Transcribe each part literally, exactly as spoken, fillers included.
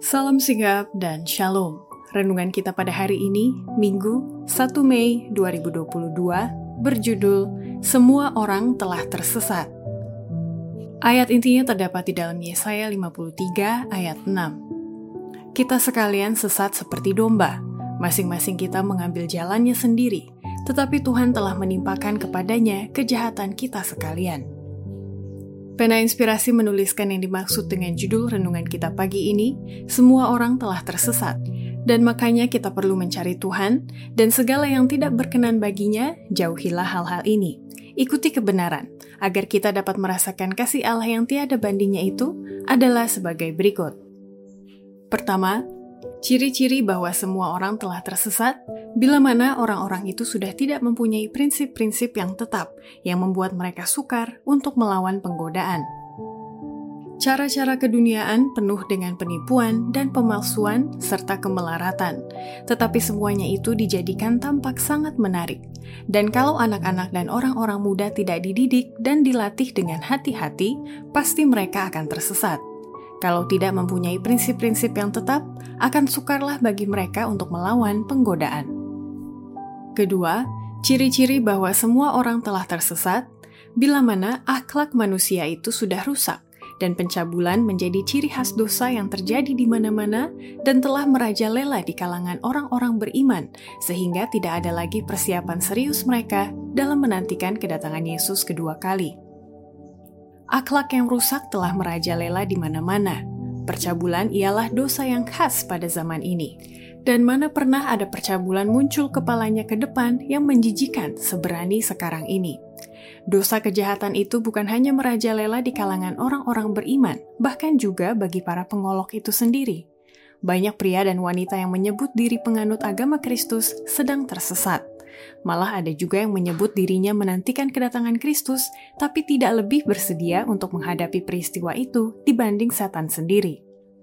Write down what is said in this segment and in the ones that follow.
Salam sigap dan shalom. Renungan kita pada hari ini, Minggu satu Mei dua ribu dua puluh dua, berjudul Semua Orang Telah Tersesat. Ayat intinya terdapat di dalam Yesaya lima puluh tiga ayat enam. Kita sekalian sesat seperti domba, masing-masing kita mengambil jalannya sendiri, tetapi Tuhan telah menimpakan kepadanya kejahatan kita sekalian. Pena Inspirasi menuliskan yang dimaksud dengan judul renungan kita pagi ini, semua orang telah tersesat, dan makanya kita perlu mencari Tuhan, dan segala yang tidak berkenan baginya, jauhilah hal-hal ini. Ikuti kebenaran, agar kita dapat merasakan kasih Allah yang tiada bandingnya itu adalah sebagai berikut. Pertama, ciri-ciri bahwa semua orang telah tersesat, bila mana orang-orang itu sudah tidak mempunyai prinsip-prinsip yang tetap, yang membuat mereka sukar untuk melawan penggodaan. Cara-cara keduniaan penuh dengan penipuan dan pemalsuan serta kemelaratan, tetapi semuanya itu dijadikan tampak sangat menarik. Dan kalau anak-anak dan orang-orang muda tidak dididik dan dilatih dengan hati-hati, pasti mereka akan tersesat. Kalau tidak mempunyai prinsip-prinsip yang tetap, akan sukarlah bagi mereka untuk melawan penggodaan. Kedua, ciri-ciri bahwa semua orang telah tersesat, bila mana akhlak manusia itu sudah rusak, dan pencabulan menjadi ciri khas dosa yang terjadi di mana-mana dan telah merajalela di kalangan orang-orang beriman, sehingga tidak ada lagi persiapan serius mereka dalam menantikan kedatangan Yesus kedua kali. Akhlak yang rusak telah merajalela di mana-mana. Percabulan ialah dosa yang khas pada zaman ini. Dan mana pernah ada percabulan muncul kepalanya ke depan yang menjijikan seberani sekarang ini. Dosa kejahatan itu bukan hanya merajalela di kalangan orang-orang beriman, bahkan juga bagi para pengolok itu sendiri. Banyak pria dan wanita yang menyebut diri penganut agama Kristus sedang tersesat. Malah ada juga yang menyebut dirinya menantikan kedatangan Kristus, tapi tidak lebih bersedia untuk menghadapi peristiwa itu dibanding setan sendiri.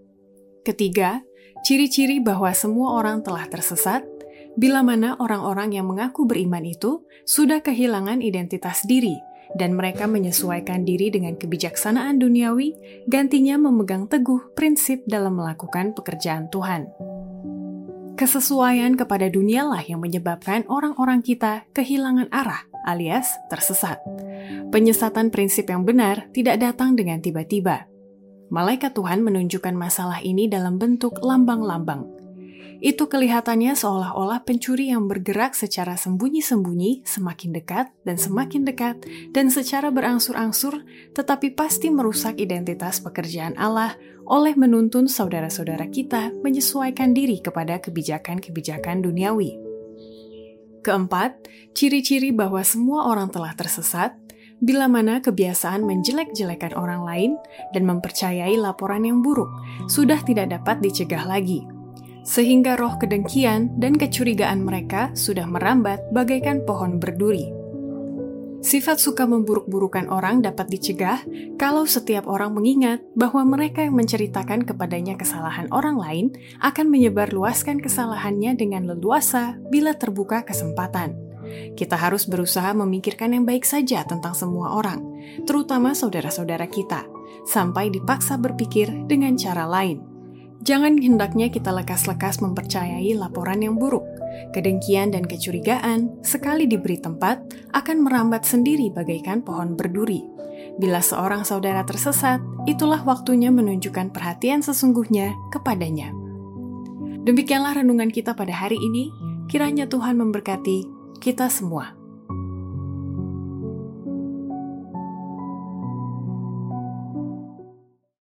Ketiga, ciri-ciri bahwa semua orang telah tersesat, bila mana orang-orang yang mengaku beriman itu sudah kehilangan identitas diri, dan mereka menyesuaikan diri dengan kebijaksanaan duniawi, gantinya memegang teguh prinsip dalam melakukan pekerjaan Tuhan. Kesesuaian kepada dunialah yang menyebabkan orang-orang kita kehilangan arah alias tersesat. Penyesatan prinsip yang benar tidak datang dengan tiba-tiba. Malaikat Tuhan menunjukkan masalah ini dalam bentuk lambang-lambang. Itu kelihatannya seolah-olah pencuri yang bergerak secara sembunyi-sembunyi, semakin dekat dan semakin dekat, dan secara berangsur-angsur, tetapi pasti merusak identitas pekerjaan Allah oleh menuntun saudara-saudara kita menyesuaikan diri kepada kebijakan-kebijakan duniawi. Keempat, ciri-ciri bahwa semua orang telah tersesat, bila mana kebiasaan menjelek-jelekan orang lain dan mempercayai laporan yang buruk sudah tidak dapat dicegah lagi. Sehingga roh kedengkian dan kecurigaan mereka sudah merambat bagaikan pohon berduri. Sifat suka memburuk-burukan orang dapat dicegah kalau setiap orang mengingat bahwa mereka yang menceritakan kepadanya kesalahan orang lain akan menyebarluaskan kesalahannya dengan leluasa bila terbuka kesempatan. Kita harus berusaha memikirkan yang baik saja tentang semua orang, terutama saudara-saudara kita, sampai dipaksa berpikir dengan cara lain. Jangan hendaknya kita lekas-lekas mempercayai laporan yang buruk. Kedengkian dan kecurigaan, sekali diberi tempat, akan merambat sendiri bagaikan pohon berduri. Bila seorang saudara tersesat, itulah waktunya menunjukkan perhatian sesungguhnya kepadanya. Demikianlah renungan kita pada hari ini. Kiranya Tuhan memberkati kita semua.